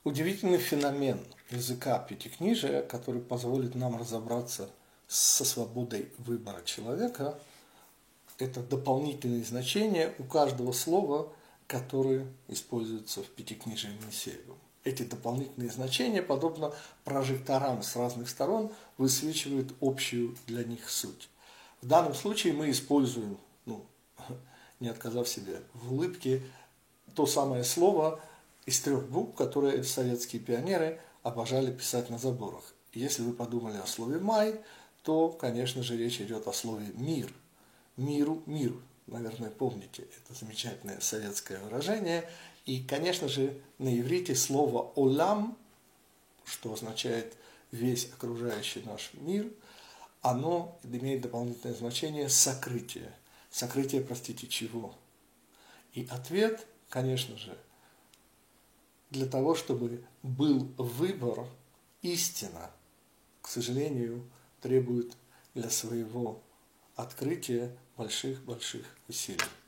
Удивительный феномен языка пятикнижия, который позволит нам разобраться со свободой выбора человека, это дополнительные значения у каждого слова, которое используется в пятикнижии Моисеевом. Эти дополнительные значения, подобно прожекторам с разных сторон, высвечивают общую для них суть. В данном случае мы используем, не отказав себе в улыбке, то самое слово из 3 букв, которые советские пионеры обожали писать на заборах. Если вы подумали о слове «май», то, конечно же, речь идет о слове «мир». Миру, мир. Наверное, помните это замечательное советское выражение. И, конечно же, на иврите слово «олам», что означает «весь окружающий наш мир», оно имеет дополнительное значение «сокрытие». Сокрытие, простите, чего? И ответ, конечно же, для того, чтобы был выбор, истина, к сожалению, требует для своего открытия больших-больших усилий.